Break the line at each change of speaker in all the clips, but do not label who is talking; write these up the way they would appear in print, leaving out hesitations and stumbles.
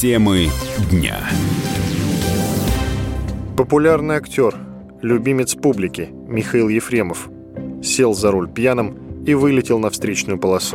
Темы дня.
Популярный актер, любимец публики Михаил Ефремов сел за руль пьяным и вылетел на встречную полосу.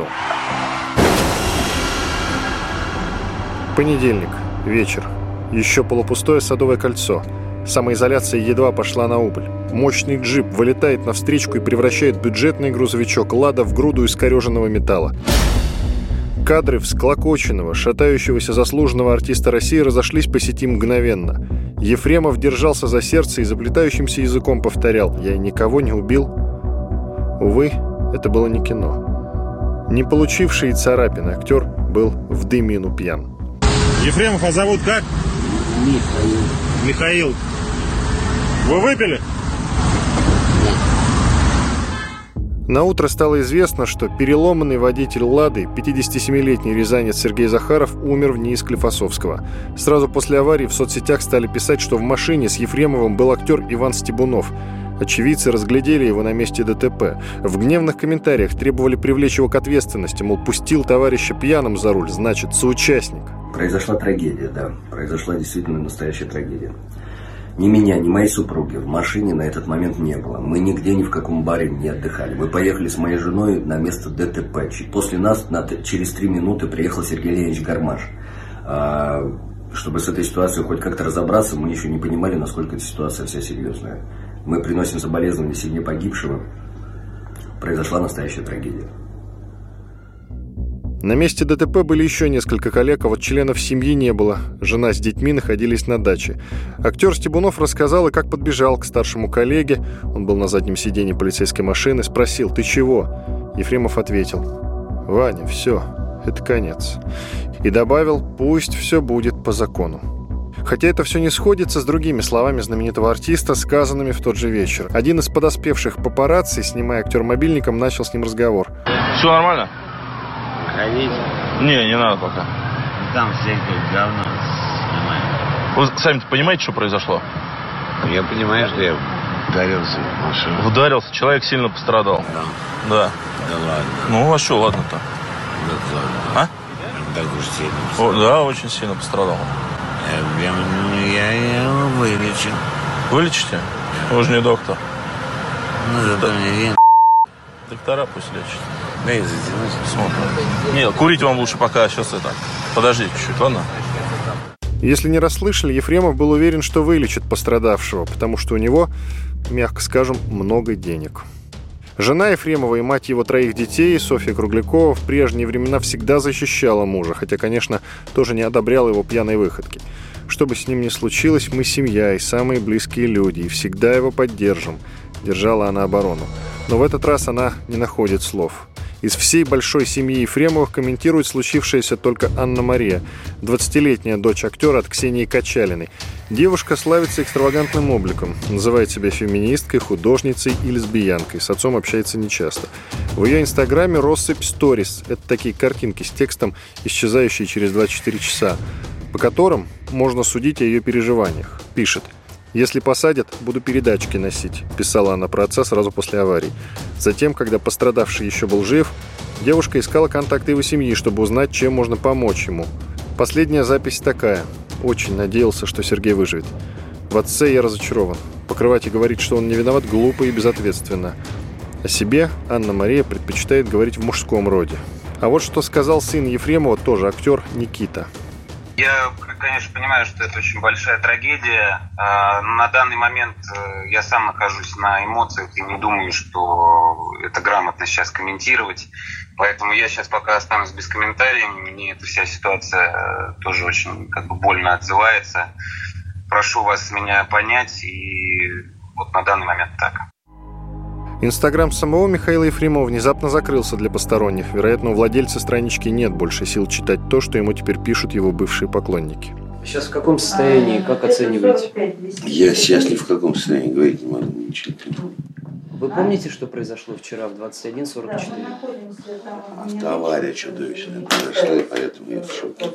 Понедельник, вечер. Еще полупустое Садовое кольцо. Самоизоляция едва пошла на убыль. Мощный джип вылетает на встречку и превращает бюджетный грузовичок «Лада» в груду искореженного металла. Кадры всклокоченного, шатающегося заслуженного артиста России разошлись по сети мгновенно. Ефремов держался за сердце и заплетающимся языком повторял: «Я никого не убил». Увы, это было не кино. Не получивший царапины актер был в дымину пьян.
Ефремов, а зовут как?
Михаил.
Михаил. Вы выпили?
Наутро стало известно, что переломанный водитель «Лады», 57-летний рязанец Сергей Захаров, умер в НИИ Склифосовского. Сразу после аварии в соцсетях стали писать, что в машине с Ефремовым был актер Иван Стебунов. Очевидцы разглядели его на месте ДТП. В гневных комментариях требовали привлечь его к ответственности, мол, пустил товарища пьяным за руль, значит, соучастник.
Произошла трагедия, да. Произошла действительно настоящая трагедия. Ни меня, ни моей супруги в машине на этот момент не было. Мы нигде, ни в каком баре не отдыхали. Мы поехали с моей женой на место ДТП. После нас через 3 минуты приехал Сергей Леонидович Гармаш. Чтобы с этой ситуацией хоть как-то разобраться, мы еще не понимали, насколько эта ситуация вся серьезная. Мы приносим соболезнования семье погибшего. Произошла настоящая трагедия.
На месте ДТП были еще несколько коллег, а вот членов семьи не было. Жена с детьми находились на даче. Актер Стебунов рассказал, и как подбежал к старшему коллеге. Он был на заднем сиденье полицейской машины. Спросил: «Ты чего?» Ефремов ответил: «Ваня, все, это конец». И добавил: «Пусть все будет по закону». Хотя это все не сходится с другими словами знаменитого артиста, сказанными в тот же вечер. Один из подоспевших папарацци, снимая актер мобильником, начал с ним разговор.
Все нормально?
Ходите.
Не надо пока.
Там всякое говно снимаем.
Вы сами-то понимаете, что произошло?
Я понимаю, что я ударился в машину.
Ударился, человек сильно пострадал. Да.
Да ладно.
Ну, а что ладно-то?
Да,
А?
так уж сильно.
Да, очень сильно пострадал.
Я его вылечу.
Вылечите? Вы же не доктор.
Ну, зато мне
Доктора пусть лечат.
дай затянуть.
Смотрим. Не, курить вам лучше пока сейчас это. Подождите чуть-чуть, ладно?
Если не расслышали, Ефремов был уверен, что вылечит пострадавшего, потому что у него, мягко скажем, много денег. Жена Ефремова и мать его 3 детей, Софья Круглякова, в прежние времена всегда защищала мужа, хотя, конечно, тоже не одобряла его пьяной выходки. Что бы с ним ни случилось, мы семья и самые близкие люди, и всегда его поддержим, держала она оборону. Но в этот раз она не находит слов. Из всей большой семьи Ефремовых комментирует случившееся только Анна-Мария, 20-летняя дочь актера от Ксении Качалиной. Девушка славится экстравагантным обликом, называет себя феминисткой, художницей и лесбиянкой. С отцом общается нечасто. В ее инстаграме россыпь сторис. Это такие картинки с текстом, исчезающие через 24 часа, по которым можно судить о ее переживаниях. Пишет: «Если посадят, буду передачки носить», – писала она про отца сразу после аварии. Затем, когда пострадавший еще был жив, девушка искала контакты его семьи, чтобы узнать, чем можно помочь ему. Последняя запись такая: «Очень надеялся, что Сергей выживет. В отце я разочарован. Покрывать и говорить, что он не виноват, глупо и безответственно». О себе Анна-Мария предпочитает говорить в мужском роде. А вот что сказал сын Ефремова, тоже актер, Никита.
Я, конечно, понимаю, что это очень большая трагедия. На данный момент я сам нахожусь на эмоциях и не думаю, что это грамотно сейчас комментировать. Поэтому я сейчас пока останусь без комментариев. Мне эта вся ситуация тоже очень больно отзывается. Прошу вас меня понять. И вот на данный момент так.
Инстаграм самого Михаила Ефремова внезапно закрылся для посторонних. Вероятно, у владельца странички нет больше сил читать то, что ему теперь пишут его бывшие поклонники.
Сейчас в каком состоянии, как оцениваете?
Я сейчас ни в каком состоянии говорить не могу ничего.
Вы помните, что произошло вчера в 21:44?
Автоавария чудовищная произошла, и поэтому я в шоке.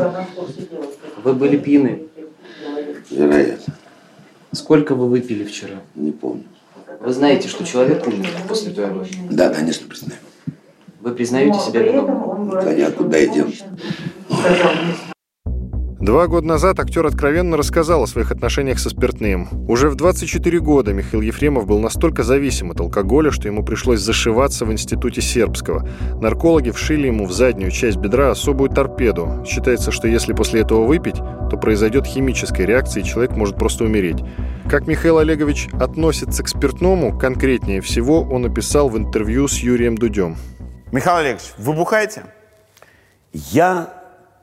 Вы были пьяны?
Вероятно.
Сколько вы выпили вчера?
Не помню.
Вы знаете, что человек умер после той аварии?
Да, конечно, признаю.
Вы признаете себя виновным?
Коня, куда идем?
2 года назад актер откровенно рассказал о своих отношениях со спиртным. Уже в 24 года Михаил Ефремов был настолько зависим от алкоголя, что ему пришлось зашиваться в институте сербского. Наркологи вшили ему в заднюю часть бедра особую торпеду. Считается, что если после этого выпить, то произойдет химическая реакция, и человек может просто умереть. Как Михаил Олегович относится к спиртному, конкретнее всего он описал в интервью с Юрием Дудем.
Михаил Олегович, вы бухаете?
Я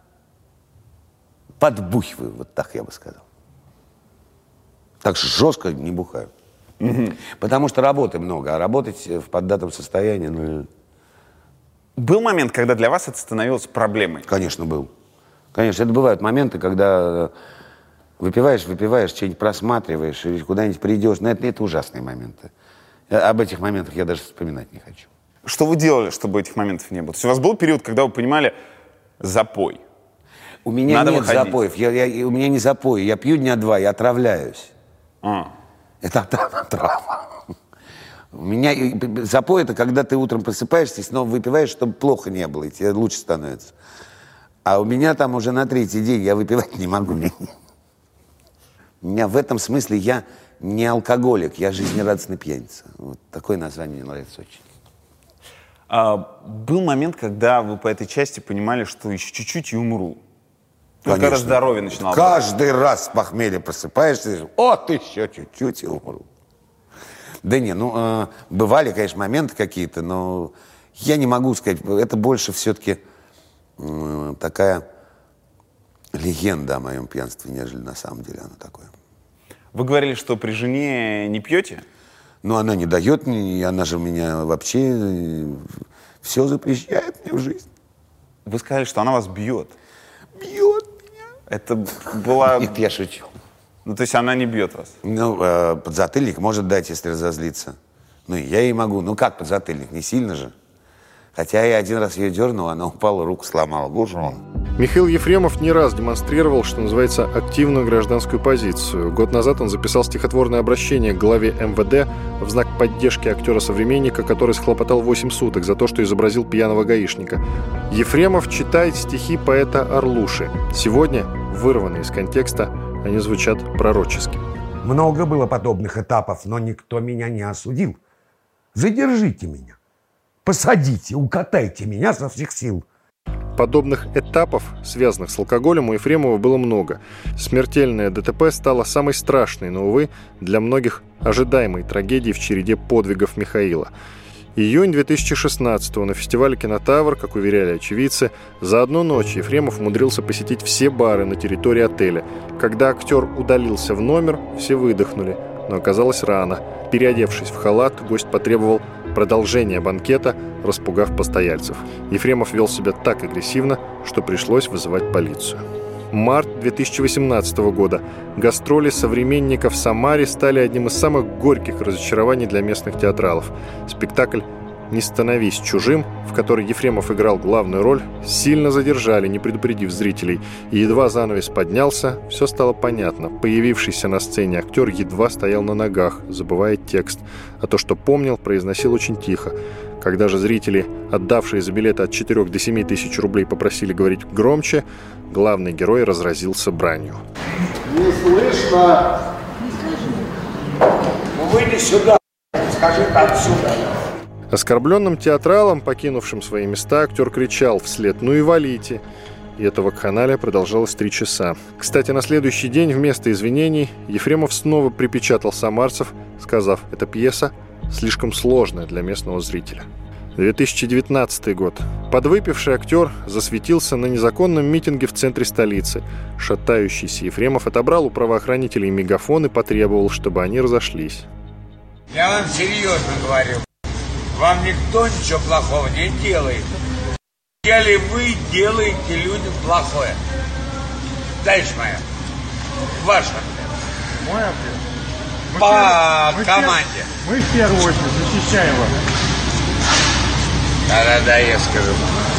подбухиваю, вот так я бы сказал. Так жестко не бухаю. Потому что работы много, а работать в поддатом состоянии, ну...
Был момент, когда для вас это становилось проблемой?
Конечно, был. Конечно, это бывают моменты, когда выпиваешь, что-нибудь просматриваешь, или куда-нибудь придешь. Но это ужасные моменты. Об этих моментах я даже вспоминать не хочу.
Что вы делали, чтобы этих моментов не было? То есть у вас был период, когда вы понимали запой?
У меня
Надо
нет
выходить.
запоев. У меня не запой. Я пью дня 2, я отравляюсь. Это отрава. У меня запой — это когда ты утром просыпаешься и снова выпиваешь, чтобы плохо не было, и тебе лучше становится. А у меня там уже на 3-й день я выпивать не могу. У меня в этом смысле я не алкоголик, я жизнерадостный пьяница. Вот такое название мне нравится очень.
Был момент, когда вы по этой части понимали, что еще чуть-чуть и умру?
Конечно.
Когда здоровье начинало...
Каждый раз с похмелья просыпаешься и говоришь: вот еще чуть-чуть и умру. Да не, бывали, конечно, моменты какие-то, но я не могу сказать, это больше все-таки такая легенда о моем пьянстве, нежели на самом деле оно такое.
Вы говорили, что при жене не пьете?
Ну, она не дает мне, она же меня вообще все запрещает мне в жизни.
Вы сказали, что она вас бьет.
Бьет меня.
Это была...
Нет, я шучу.
Ну, то есть она не бьет вас?
Ну, подзатыльник может дать, если разозлиться. Ну, и я ей могу. Ну, как подзатыльник? Не сильно же. Хотя я один раз ее дернул, она упала, руку сломала. Боже мой.
Михаил Ефремов не раз демонстрировал, что называется, активную гражданскую позицию. Год назад он записал стихотворное обращение к главе МВД в знак поддержки актера-современника, который схлопотал 8 суток за то, что изобразил пьяного гаишника. Ефремов читает стихи поэта Орлуши. Сегодня, вырванные из контекста, они звучат пророчески.
Много было подобных этапов, но никто меня не осудил. Задержите меня, посадите, укатайте меня со всех сил.
Подобных этапов, связанных с алкоголем, у Ефремова было много. Смертельное ДТП стало самой страшной, но, увы, для многих ожидаемой трагедией в череде подвигов Михаила. Июнь 2016-го на фестивале «Кинотавр», как уверяли очевидцы, за одну ночь Ефремов умудрился посетить все бары на территории отеля. Когда актер удалился в номер, все выдохнули, но оказалось рано. Переодевшись в халат, гость потребовал продолжения банкета, распугав постояльцев. Ефремов вел себя так агрессивно, что пришлось вызывать полицию. Март 2018 года. Гастроли «Современника» в Самаре стали одним из самых горьких разочарований для местных театралов. Спектакль «Не становись чужим», в который Ефремов играл главную роль, сильно задержали, не предупредив зрителей. И едва занавес поднялся, все стало понятно. Появившийся на сцене актер едва стоял на ногах, забывая текст. А то, что помнил, произносил очень тихо. Когда же зрители, отдавшие за билеты от 4 до 7 тысяч рублей, попросили говорить громче, главный герой разразился бранью.
Не слышно. Выйди сюда, скажи отсюда.
Оскорбленным театралам, покинувшим свои места, актер кричал вслед: «Ну и валите!» И эта вакханалия продолжалась 3 часа. Кстати, на следующий день вместо извинений Ефремов снова припечатал самарцев, сказав: «Эта пьеса слишком сложная для местного зрителя». 2019 год. Подвыпивший актер засветился на незаконном митинге в центре столицы. Шатающийся Ефремов отобрал у правоохранителей мегафон и потребовал, чтобы они разошлись.
Я вам серьезно говорю. Вам никто ничего плохого не делает. Или вы делаете людям плохое? Дальше моя. Ваш ответ.
Мой ответ.
По команде.
Мы в первую очередь защищаем вас.
Да, я скажу.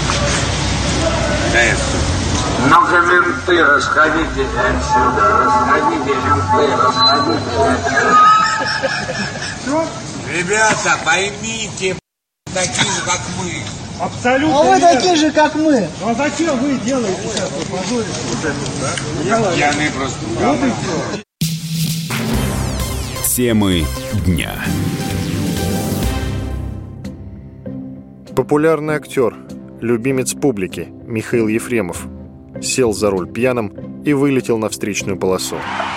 Ну-ка, менты, расходитесь отсюда. Расходитесь, менты, расходитесь отсюда. Ребята, поймите, такие же, как мы.
Абсолютно
А вы
верно.
такие же, как мы.
Ну а зачем вы делаете сейчас позорите вот это, да?
Я пьяный просто.
Вот и все.
Темы дня.
Популярный актер, любимец публики Михаил Ефремов сел за руль пьяным и вылетел на встречную полосу.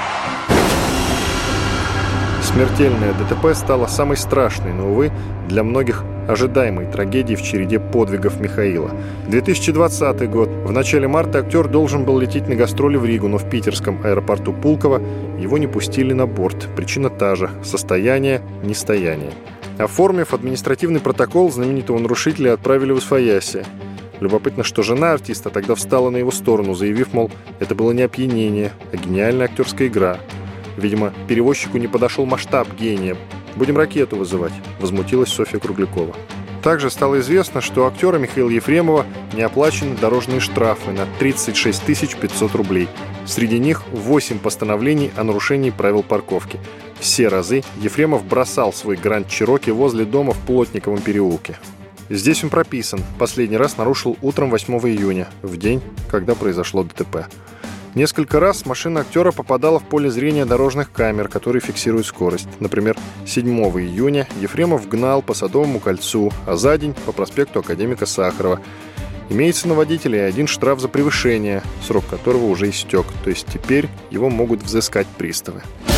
Смертельное ДТП стало самой страшной, но, увы, для многих ожидаемой трагедией в череде подвигов Михаила. 2020 год. В начале марта актер должен был лететь на гастроли в Ригу, но в питерском аэропорту Пулково его не пустили на борт. Причина та же – состояние нестояния. Оформив административный протокол, знаменитого нарушителя отправили в освоясье. Любопытно, что жена артиста тогда встала на его сторону, заявив, мол, это было не опьянение, а гениальная актерская игра. Видимо, перевозчику не подошел масштаб гения. «Будем ракету вызывать», – возмутилась Софья Круглякова. Также стало известно, что у актера Михаила Ефремова не оплачены дорожные штрафы на 36 500 рублей. Среди них 8 постановлений о нарушении правил парковки. Все разы Ефремов бросал свой Гранд Чироки возле дома в Плотниковом переулке. Здесь он прописан. Последний раз нарушил утром 8 июня, в день, когда произошло ДТП. Несколько раз машина актера попадала в поле зрения дорожных камер, которые фиксируют скорость. Например, 7 июня Ефремов гнал по Садовому кольцу, а за день по проспекту Академика Сахарова. Имеется на водителя и один штраф за превышение, срок которого уже истек, то есть теперь его могут взыскать приставы.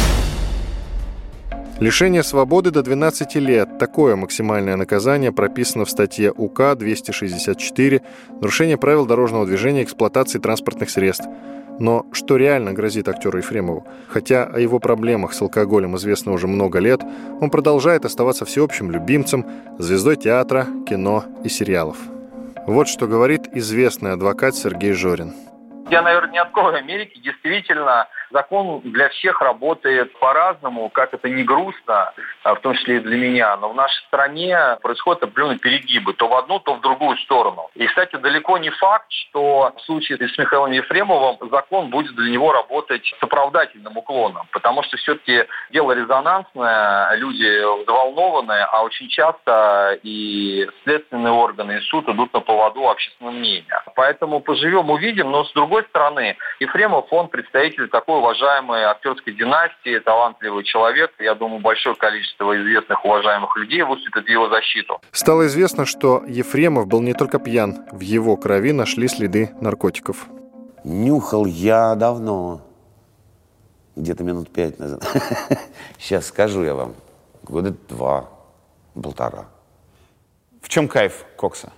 Лишение свободы до 12 лет. Такое максимальное наказание прописано в статье УК 264 «Нарушение правил дорожного движения и эксплуатации транспортных средств». Но что реально грозит актеру Ефремову? Хотя о его проблемах с алкоголем известно уже много лет, он продолжает оставаться всеобщим любимцем, звездой театра, кино и сериалов. Вот что говорит известный адвокат Сергей Жорин.
Я, наверное, не открою Америки. Действительно, закон для всех работает по-разному, как это не грустно, в том числе и для меня. Но в нашей стране происходят определенные перегибы, то в одну, то в другую сторону. И, кстати, далеко не факт, что в случае с Михаилом Ефремовым закон будет для него работать с оправдательным уклоном. Потому что все-таки дело резонансное, люди взволнованные, а очень часто и следственные органы, и суд идут на поводу общественного мнения. Поэтому поживем, увидим. Но, с другой стороны, Ефремов, он представитель такой уважаемой актерской династии, талантливый человек. Я думаю, большое количество известных уважаемых людей выступит в его защиту.
Стало известно, что Ефремов был не только пьян. В его крови нашли следы наркотиков.
Нюхал я давно. Где-то минут 5 назад. Сейчас скажу я вам. Года 2-1.5.
В чем кайф кокса?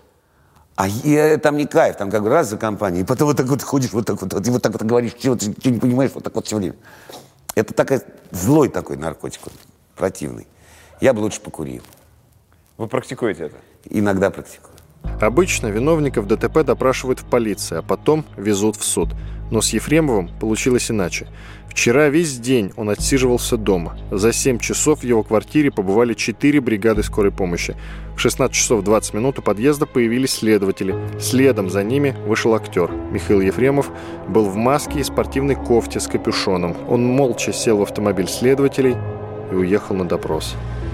Там не кайф, там как бы раз за компанией, и потом вот так вот ходишь, вот так вот, и вот так вот говоришь, чего не понимаешь, вот так вот все время. Это такой злой такой наркотик, противный. Я бы лучше покурил.
Вы практикуете это?
Иногда практикую.
Обычно виновников ДТП допрашивают в полиции, а потом везут в суд. Но с Ефремовым получилось иначе. Вчера весь день он отсиживался дома. За 7 часов в его квартире побывали 4 бригады скорой помощи. В 16 часов 20 минут у подъезда появились следователи. Следом за ними вышел актер. Михаил Ефремов был в маске и спортивной кофте с капюшоном. Он молча сел в автомобиль следователей и уехал на допрос.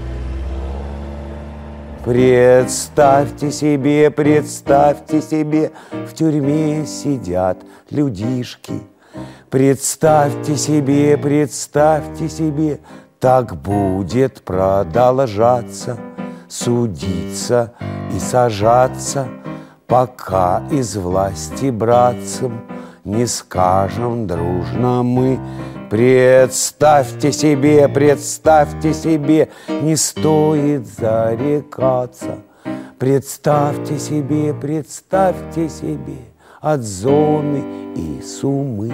Представьте себе, в тюрьме сидят людишки. Представьте себе, так будет продолжаться, судиться и сажаться, пока из власти братцам не скажем дружно мы. Представьте себе, не стоит зарекаться. Представьте себе, от зоны и сумы.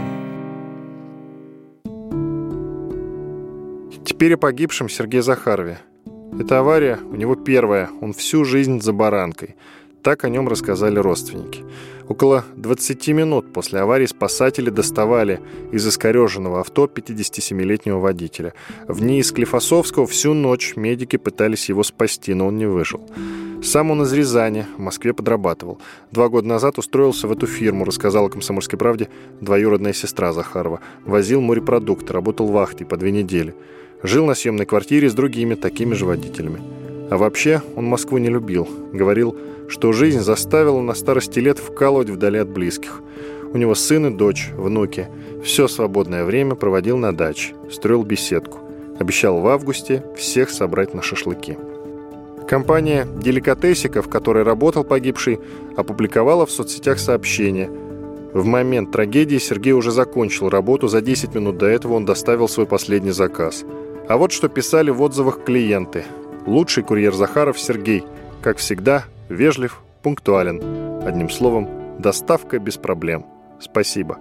Теперь о погибшем Сергее Захарове. Эта авария у него первая, он всю жизнь за баранкой. Так о нем рассказали родственники. Около 20 минут после аварии спасатели доставали из искореженного авто 57-летнего водителя. В НИИ Склифосовского всю ночь медики пытались его спасти, но он не выжил. Сам он из Рязани, в Москве подрабатывал. 2 года назад устроился в эту фирму, рассказала «Комсомольской правде» двоюродная сестра Захарова. Возил морепродукты, работал вахтой по 2 недели. Жил на съемной квартире с другими такими же водителями. А вообще он Москву не любил. Говорил, что жизнь заставила на старости лет вкалывать вдали от близких. У него сын и дочь, внуки. Все свободное время проводил на даче, строил беседку. Обещал в августе всех собрать на шашлыки. Компания «Деликатесика», в которой работал погибший, опубликовала в соцсетях сообщение. В момент трагедии Сергей уже закончил работу, за 10 минут до этого он доставил свой последний заказ. А вот что писали в отзывах клиенты. Лучший курьер Захаров Сергей, как всегда, вежлив, пунктуален. Одним словом, доставка без проблем. Спасибо.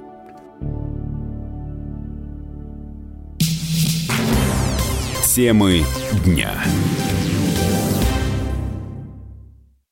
Темы дня.